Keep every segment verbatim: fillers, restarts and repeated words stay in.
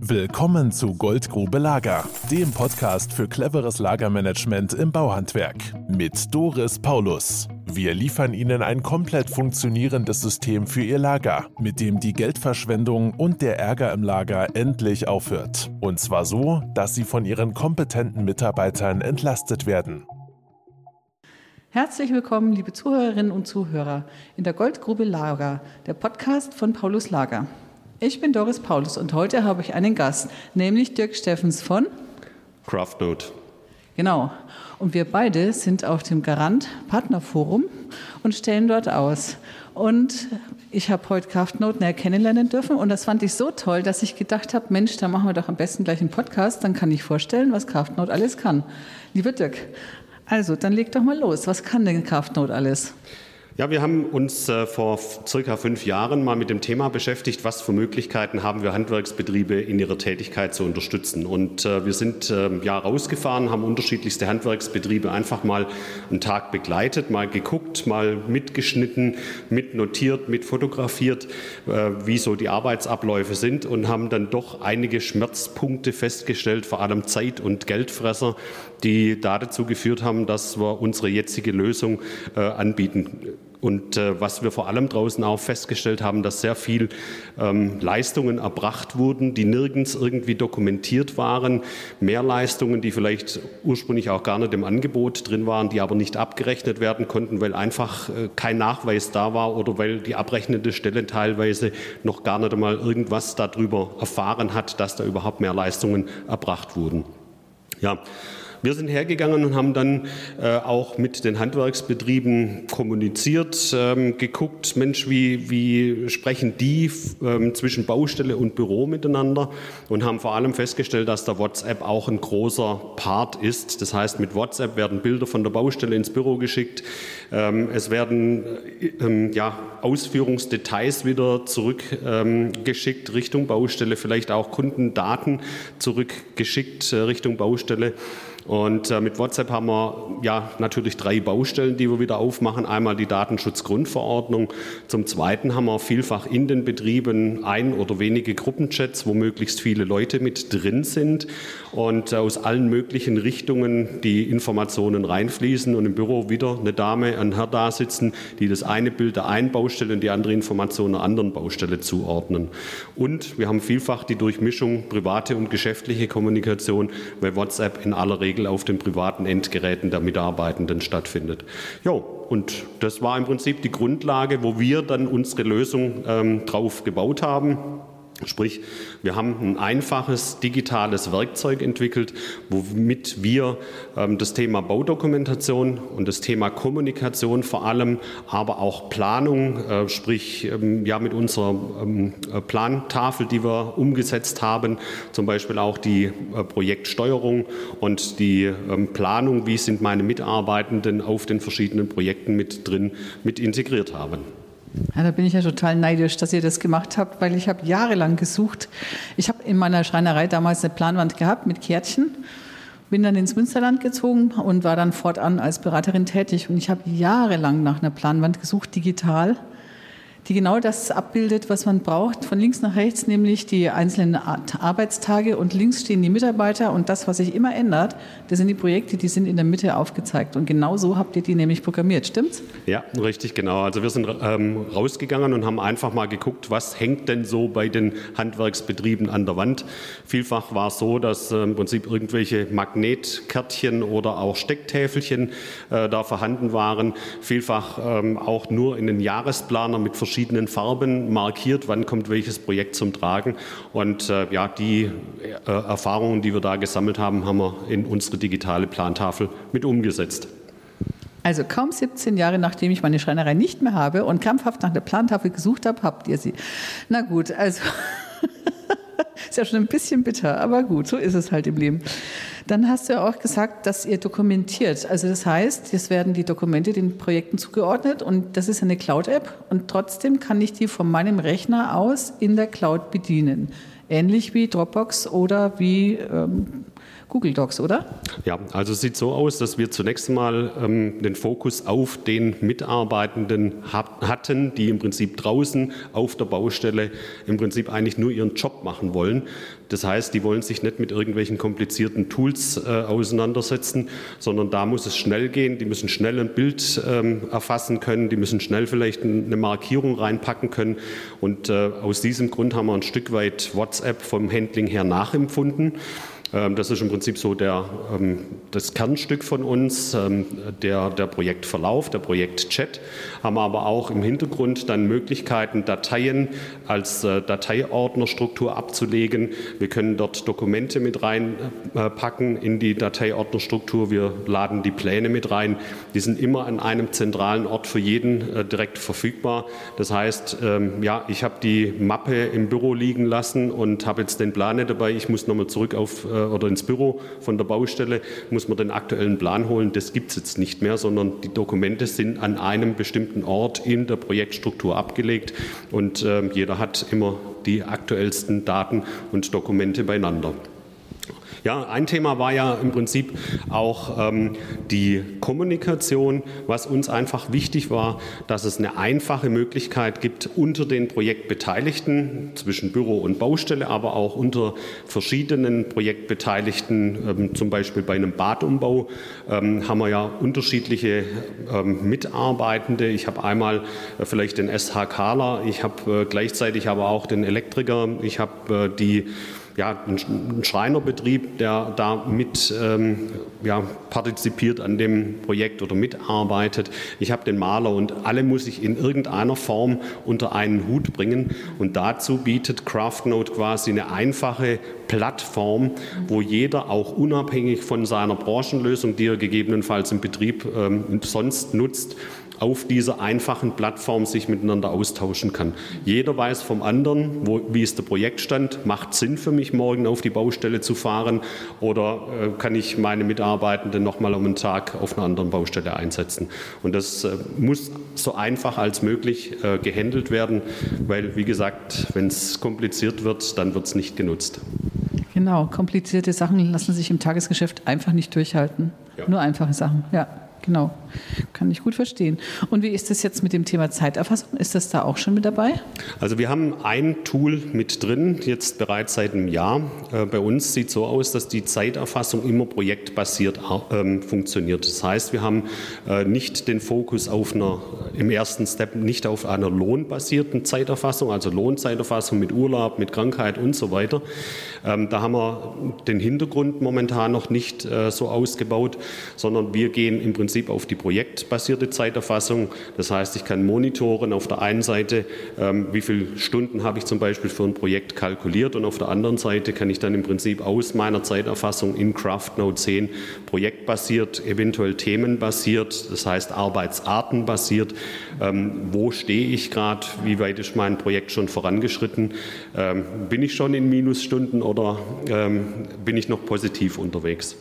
Willkommen zu Goldgrube Lager, dem Podcast für cleveres Lagermanagement im Bauhandwerk mit Doris Paulus. Wir liefern Ihnen ein komplett funktionierendes System für Ihr Lager, mit dem die Geldverschwendung und der Ärger im Lager endlich aufhört. Und zwar so, dass Sie von Ihren kompetenten Mitarbeitern entlastet werden. Herzlich willkommen, liebe Zuhörerinnen und Zuhörer, in der Goldgrube Lager, der Podcast von Paulus Lager. Ich bin Doris Paulus und heute habe ich einen Gast, nämlich Dirk Steffens von Craftnote. Genau. Und wir beide sind auf dem Garant Partnerforum und stellen dort aus. Und ich habe heute Craftnote näher kennenlernen dürfen und das fand ich so toll, dass ich gedacht habe, Mensch, da machen wir doch am besten gleich einen Podcast, dann kann ich vorstellen, was Craftnote alles kann. Lieber Dirk, also dann leg doch mal los. Was kann denn Craftnote alles? Ja, wir haben uns äh, vor circa fünf Jahren mal mit dem Thema beschäftigt, was für Möglichkeiten haben wir Handwerksbetriebe in ihrer Tätigkeit zu unterstützen. Und äh, wir sind äh, ja rausgefahren, haben unterschiedlichste Handwerksbetriebe einfach mal einen Tag begleitet, mal geguckt, mal mitgeschnitten, mitnotiert, mitfotografiert, äh, wie so die Arbeitsabläufe sind und haben dann doch einige Schmerzpunkte festgestellt, vor allem Zeit- und Geldfresser, die da dazu geführt haben, dass wir unsere jetzige Lösung äh, anbieten. Und äh, was wir vor allem draußen auch festgestellt haben, dass sehr viel ähm, Leistungen erbracht wurden, die nirgends irgendwie dokumentiert waren. Mehrleistungen, die vielleicht ursprünglich auch gar nicht im Angebot drin waren, die aber nicht abgerechnet werden konnten, weil einfach äh, kein Nachweis da war oder weil die abrechnende Stelle teilweise noch gar nicht einmal irgendwas darüber erfahren hat, dass da überhaupt Mehrleistungen erbracht wurden. Ja. Wir sind hergegangen und haben dann äh, auch mit den Handwerksbetrieben kommuniziert, ähm, geguckt, Mensch, wie, wie sprechen die ähm, zwischen Baustelle und Büro miteinander und haben vor allem festgestellt, dass da WhatsApp auch ein großer Part ist. Das heißt, mit WhatsApp werden Bilder von der Baustelle ins Büro geschickt. Ähm, es werden ähm, ja, Ausführungsdetails wieder zurückgeschickt ähm, Richtung Baustelle, vielleicht auch Kundendaten zurückgeschickt äh, Richtung Baustelle. Und äh, mit WhatsApp haben wir ja natürlich drei Baustellen, die wir wieder aufmachen. Einmal die Datenschutzgrundverordnung. Zum Zweiten haben wir vielfach in den Betrieben ein oder wenige Gruppenchats, wo möglichst viele Leute mit drin sind und äh, aus allen möglichen Richtungen die Informationen reinfließen und im Büro wieder eine Dame, ein Herr da sitzen, die das eine Bild der einen Baustelle und die andere Information einer anderen Baustelle zuordnen. Und wir haben vielfach die Durchmischung private und geschäftliche Kommunikation, weil WhatsApp in aller Regel auf den privaten Endgeräten der Mitarbeitenden stattfindet. Jo, und das war im Prinzip die Grundlage, wo wir dann unsere Lösung ähm, drauf gebaut haben. Sprich, wir haben ein einfaches digitales Werkzeug entwickelt, womit wir ähm, das Thema Baudokumentation und das Thema Kommunikation vor allem, aber auch Planung, äh, sprich ähm, ja mit unserer ähm, Plantafel, die wir umgesetzt haben, zum Beispiel auch die äh, Projektsteuerung und die ähm, Planung, wie sind meine Mitarbeitenden auf den verschiedenen Projekten mit drin, mit integriert haben. Ja, da bin ich ja total neidisch, dass ihr das gemacht habt, weil ich habe jahrelang gesucht. Ich habe in meiner Schreinerei damals eine Planwand gehabt mit Kärtchen, bin dann ins Münsterland gezogen und war dann fortan als Beraterin tätig. Und ich habe jahrelang nach einer Planwand gesucht, digital, die genau das abbildet, was man braucht, von links nach rechts, nämlich die einzelnen Arbeitstage und links stehen die Mitarbeiter und das, was sich immer ändert, das sind die Projekte, die sind in der Mitte aufgezeigt und genau so habt ihr die nämlich programmiert, stimmt's? Ja, richtig, genau. Also wir sind ähm, rausgegangen und haben einfach mal geguckt, was hängt denn so bei den Handwerksbetrieben an der Wand. Vielfach war es so, dass äh, im Prinzip irgendwelche Magnetkärtchen oder auch Stecktäfelchen äh, da vorhanden waren. Vielfach ähm, auch nur in den Jahresplaner mit verschiedenen verschiedenen Farben markiert, wann kommt welches Projekt zum Tragen. Und äh, ja, die äh, Erfahrungen, die wir da gesammelt haben, haben wir in unsere digitale Plantafel mit umgesetzt. Also kaum siebzehn Jahre, nachdem ich meine Schreinerei nicht mehr habe und krampfhaft nach der Plantafel gesucht habe, habt ihr sie. Na gut, also ist ja schon ein bisschen bitter, aber gut, so ist es halt im Leben. Dann hast du ja auch gesagt, dass ihr dokumentiert. Also das heißt, jetzt werden die Dokumente den Projekten zugeordnet und das ist eine Cloud-App und trotzdem kann ich die von meinem Rechner aus in der Cloud bedienen. ähnlich wie Dropbox oder wie ähm, Google Docs, oder? Ja, also es sieht so aus, dass wir zunächst mal ähm, den Fokus auf den Mitarbeitenden hab, hatten, die im Prinzip draußen auf der Baustelle im Prinzip eigentlich nur ihren Job machen wollen. Das heißt, die wollen sich nicht mit irgendwelchen komplizierten Tools äh, auseinandersetzen, sondern da muss es schnell gehen. Die müssen schnell ein Bild ähm, erfassen können, die müssen schnell vielleicht eine Markierung reinpacken können. Und äh, aus diesem Grund haben wir ein Stück weit WhatsApp vom Handling her nachempfunden. Das ist im Prinzip so der, das Kernstück von uns, der, der Projektverlauf, der Projektchat. Haben aber auch im Hintergrund dann Möglichkeiten, Dateien als Dateiordnerstruktur abzulegen. Wir können dort Dokumente mit reinpacken in die Dateiordnerstruktur. Wir laden die Pläne mit rein. Die sind immer an einem zentralen Ort für jeden direkt verfügbar. Das heißt, ja, ich habe die Mappe im Büro liegen lassen und habe jetzt den Plan dabei. Ich muss nochmal zurück auf oder ins Büro von der Baustelle, muss man den aktuellen Plan holen. Das gibt es jetzt nicht mehr, sondern die Dokumente sind an einem bestimmten Ort in der Projektstruktur abgelegt und äh, jeder hat immer die aktuellsten Daten und Dokumente beieinander. Ja, ein Thema war ja im Prinzip auch ähm, die Kommunikation, was uns einfach wichtig war, dass es eine einfache Möglichkeit gibt, unter den Projektbeteiligten, zwischen Büro und Baustelle, aber auch unter verschiedenen Projektbeteiligten, ähm, zum Beispiel bei einem Badumbau, ähm, haben wir ja unterschiedliche ähm, Mitarbeitende. Ich habe einmal äh, vielleicht den SHKler, ich habe äh, gleichzeitig aber auch den Elektriker, ich habe äh, die Ja, ein Schreinerbetrieb, der da mit ähm, ja, partizipiert an dem Projekt oder mitarbeitet. Ich habe den Maler und alle muss ich in irgendeiner Form unter einen Hut bringen. Und dazu bietet CraftNote quasi eine einfache Plattform, wo jeder auch unabhängig von seiner Branchenlösung, die er gegebenenfalls im Betrieb ähm, sonst nutzt, auf dieser einfachen Plattform sich miteinander austauschen kann. Jeder weiß vom anderen, wo, wie ist der Projektstand, macht Sinn für mich, morgen auf die Baustelle zu fahren oder äh, kann ich meine Mitarbeitenden noch mal um einen Tag auf einer anderen Baustelle einsetzen. Und das äh, muss so einfach als möglich äh, gehandelt werden, weil, wie gesagt, wenn es kompliziert wird, dann wird es nicht genutzt. Genau, komplizierte Sachen lassen sich im Tagesgeschäft einfach nicht durchhalten. Ja. Nur einfache Sachen, ja. Genau, kann ich gut verstehen. Und wie ist das jetzt mit dem Thema Zeiterfassung? Ist das da auch schon mit dabei? Also wir haben ein Tool mit drin, jetzt bereits seit einem Jahr. Äh, bei uns sieht es so aus, dass die Zeiterfassung immer projektbasiert äh, funktioniert. Das heißt, wir haben äh, nicht den Fokus auf einer, im ersten Step nicht auf einer lohnbasierten Zeiterfassung, also Lohnzeiterfassung mit Urlaub, mit Krankheit und so weiter. Ähm, da haben wir den Hintergrund momentan noch nicht äh, so ausgebaut, sondern wir gehen im Prinzip auf die projektbasierte Zeiterfassung. Das heißt, ich kann monitoren auf der einen Seite, ähm, wie viele Stunden habe ich zum Beispiel für ein Projekt kalkuliert und auf der anderen Seite kann ich dann im Prinzip aus meiner Zeiterfassung in CraftNote sehen, projektbasiert, eventuell themenbasiert, das heißt arbeitsartenbasiert, ähm, wo stehe ich gerade, wie weit ist mein Projekt schon vorangeschritten, ähm, bin ich schon in Minusstunden oder ähm, bin ich noch positiv unterwegs?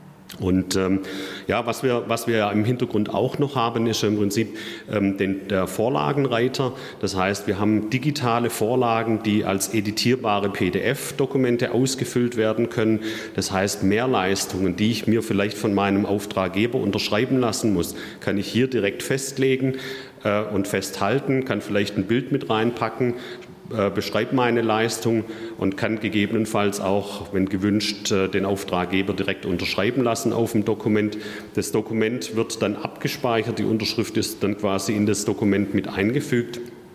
Und ähm, ja, was wir, was wir im Hintergrund auch noch haben, ist im Prinzip ähm, den, der Vorlagenreiter. Das heißt, wir haben digitale Vorlagen, die als editierbare P D F-Dokumente ausgefüllt werden können. Das heißt, Mehrleistungen, die ich mir vielleicht von meinem Auftraggeber unterschreiben lassen muss, kann ich hier direkt festlegen äh, und festhalten, kann vielleicht ein Bild mit reinpacken, beschreibt meine Leistung und kann gegebenenfalls auch, wenn gewünscht, den Auftraggeber direkt unterschreiben lassen auf dem Dokument. Das Dokument wird dann abgespeichert, die Unterschrift ist dann quasi in das Dokument mit eingefügt.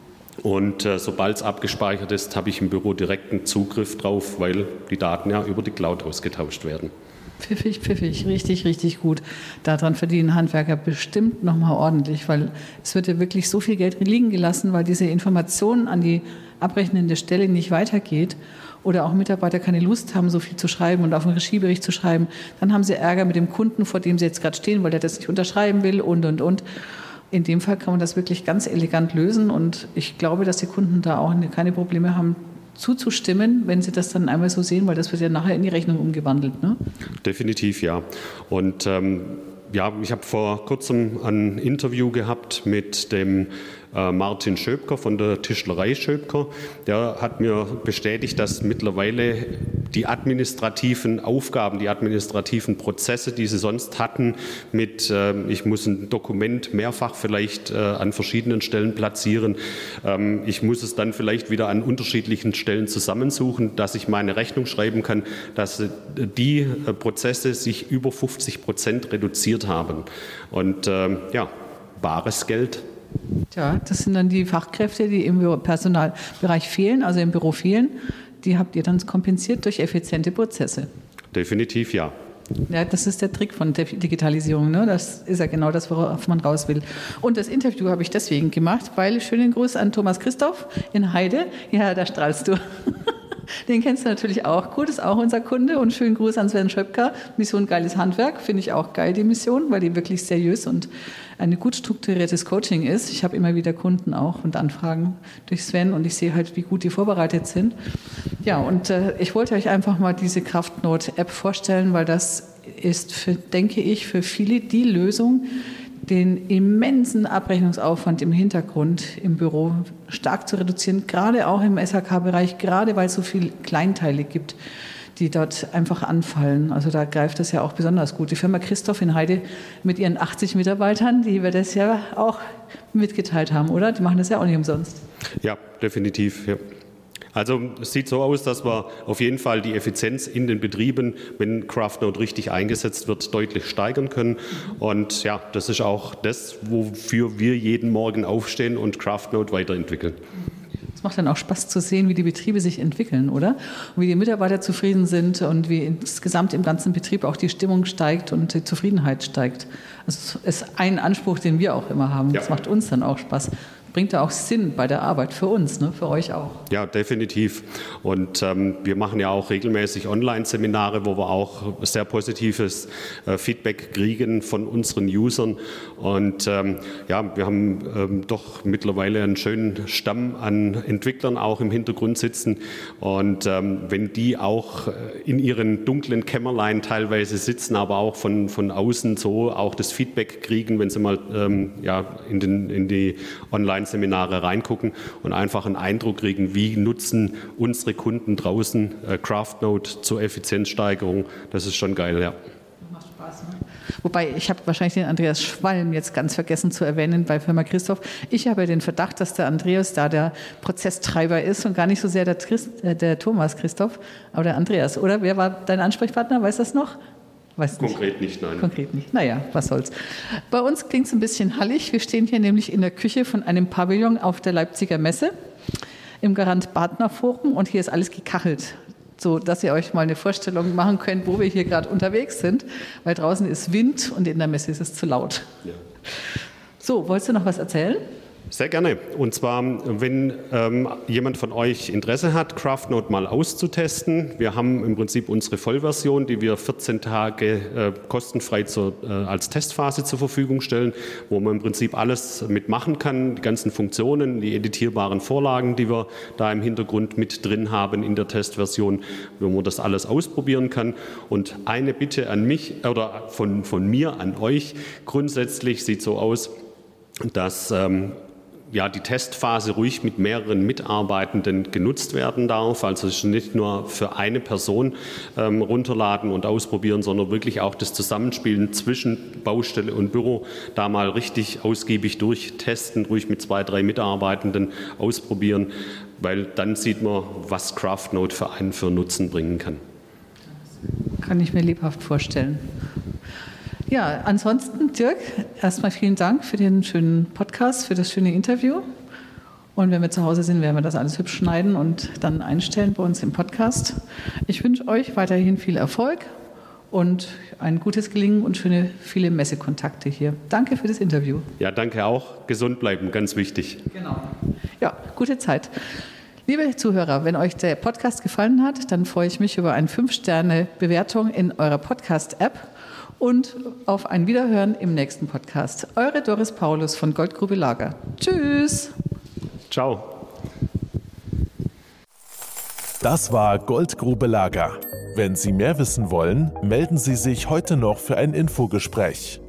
Und äh, sobald es abgespeichert ist, habe ich im Büro direkten Zugriff drauf, weil die Daten ja über die Cloud ausgetauscht werden. Pfiffig, pfiffig, richtig, richtig gut. Daran verdienen Handwerker bestimmt nochmal ordentlich, weil es wird ja wirklich so viel Geld liegen gelassen, weil diese Information an die abrechnende Stelle nicht weitergeht oder auch Mitarbeiter keine Lust haben, so viel zu schreiben und auf einen Regiebericht zu schreiben. Dann haben sie Ärger mit dem Kunden, vor dem sie jetzt gerade stehen, weil der das nicht unterschreiben will und, und, und. In dem Fall kann man das wirklich ganz elegant lösen und ich glaube, dass die Kunden da auch keine Probleme haben, zuzustimmen, wenn Sie das dann einmal so sehen, weil das wird ja nachher in die Rechnung umgewandelt, ne? Definitiv, ja. Und ähm, ja, ich habe vor kurzem ein Interview gehabt mit dem äh, Martin Schöpker von der Tischlerei Schöpker. Der hat mir bestätigt, dass mittlerweile die administrativen Aufgaben, die administrativen Prozesse, die sie sonst hatten, mit äh, ich muss ein Dokument mehrfach vielleicht äh, an verschiedenen Stellen platzieren, ähm, ich muss es dann vielleicht wieder an unterschiedlichen Stellen zusammensuchen, dass ich meine Rechnung schreiben kann, dass äh, die äh, Prozesse sich über fünfzig Prozent reduziert haben. Und äh, ja, bares Geld. Tja, das sind dann die Fachkräfte, die im Personalbereich fehlen, also im Büro fehlen. Die habt ihr dann kompensiert durch effiziente Prozesse. Definitiv ja. Ja, das ist der Trick von Digitalisierung, ne? Das ist ja genau das, worauf man raus will. Und das Interview habe ich deswegen gemacht, weil, schönen Gruß an Thomas Christoph in Heide. Ja, da strahlst du. Den kennst du natürlich auch gut, ist auch unser Kunde. Und schönen Gruß an Sven Schöpker. Mission Geiles Handwerk, finde ich auch geil, die Mission, weil die wirklich seriös und ein gut strukturiertes Coaching ist. Ich habe immer wieder Kunden auch und Anfragen durch Sven und ich sehe halt, wie gut die vorbereitet sind. Ja, und äh, ich wollte euch einfach mal diese Kraftnote-App vorstellen, weil das ist, für, denke ich, für viele die Lösung, den immensen Abrechnungsaufwand im Hintergrund im Büro stark zu reduzieren, gerade auch im S H K-Bereich, gerade weil es so viele Kleinteile gibt, die dort einfach anfallen. Also da greift das ja auch besonders gut. Die Firma Christoph in Heide mit ihren achtzig Mitarbeitern, die wir das ja auch mitgeteilt haben, oder? Die machen das ja auch nicht umsonst. Ja, definitiv, ja. Also es sieht so aus, dass wir auf jeden Fall die Effizienz in den Betrieben, wenn Craftnote richtig eingesetzt wird, deutlich steigern können. Und ja, das ist auch das, wofür wir jeden Morgen aufstehen und Craftnote weiterentwickeln. Es macht dann auch Spaß zu sehen, wie die Betriebe sich entwickeln, oder? Und wie die Mitarbeiter zufrieden sind und wie insgesamt im ganzen Betrieb auch die Stimmung steigt und die Zufriedenheit steigt. Also es ist ein Anspruch, den wir auch immer haben. Ja. Das macht uns dann auch Spaß. Bringt ja auch Sinn bei der Arbeit für uns, ne? Für euch auch. Ja, definitiv. Und ähm, wir machen ja auch regelmäßig Online-Seminare, wo wir auch sehr positives äh, Feedback kriegen von unseren Usern. Und ähm, ja, wir haben ähm, doch mittlerweile einen schönen Stamm an Entwicklern auch im Hintergrund sitzen. Und ähm, wenn die auch in ihren dunklen Kämmerlein teilweise sitzen, aber auch von, von außen so auch das Feedback kriegen, wenn sie mal ähm, ja, in, den, in die Online Seminare reingucken und einfach einen Eindruck kriegen, wie nutzen unsere Kunden draußen äh, Craftnote zur Effizienzsteigerung. Das ist schon geil, ja. Macht Spaß, ne? Wobei, ich habe wahrscheinlich den Andreas Schwalm jetzt ganz vergessen zu erwähnen bei Firma Christoph. Ich habe den Verdacht, dass der Andreas da der Prozesstreiber ist und gar nicht so sehr der, Christ, äh, der Thomas Christoph, aber der Andreas. Oder wer war dein Ansprechpartner? Weißt du das noch? Weiß nicht. Konkret nicht, nein. Konkret nicht. Naja, was soll's. Bei uns klingt es ein bisschen hallig. Wir stehen hier nämlich in der Küche von einem Pavillon auf der Leipziger Messe im Garant Badner Forum und hier ist alles gekachelt, so dass ihr euch mal eine Vorstellung machen könnt, wo wir hier gerade unterwegs sind, weil draußen ist Wind und in der Messe ist es zu laut. Ja. So, wolltest du noch was erzählen? Sehr gerne. Und zwar, wenn ähm, jemand von euch Interesse hat, Craftnote mal auszutesten. Wir haben im Prinzip unsere Vollversion, die wir vierzehn Tage äh, kostenfrei zur, äh, als Testphase zur Verfügung stellen, wo man im Prinzip alles mitmachen kann, die ganzen Funktionen, die editierbaren Vorlagen, die wir da im Hintergrund mit drin haben in der Testversion, wo man das alles ausprobieren kann. Und eine Bitte an mich oder von, von mir an euch, grundsätzlich sieht so aus, dass ähm, ja, die Testphase ruhig mit mehreren Mitarbeitenden genutzt werden darf. Also es ist nicht nur für eine Person ähm, runterladen und ausprobieren, sondern wirklich auch das Zusammenspielen zwischen Baustelle und Büro da mal richtig ausgiebig durchtesten, ruhig mit zwei, drei Mitarbeitenden ausprobieren, weil dann sieht man, was Craftnote für einen für Nutzen bringen kann. Kann ich mir lebhaft vorstellen. Ja, ansonsten, Dirk, erstmal vielen Dank für den schönen Podcast, für das schöne Interview. Und wenn wir zu Hause sind, werden wir das alles hübsch schneiden und dann einstellen bei uns im Podcast. Ich wünsche euch weiterhin viel Erfolg und ein gutes Gelingen und schöne, viele Messekontakte hier. Danke für das Interview. Ja, danke auch. Gesund bleiben, ganz wichtig. Genau. Ja, gute Zeit. Liebe Zuhörer, wenn euch der Podcast gefallen hat, dann freue ich mich über eine fünf Sterne Bewertung in eurer Podcast-App. Und auf ein Wiederhören im nächsten Podcast. Eure Doris Paulus von Goldgrube Lager. Tschüss. Ciao. Das war Goldgrube Lager. Wenn Sie mehr wissen wollen, melden Sie sich heute noch für ein Infogespräch.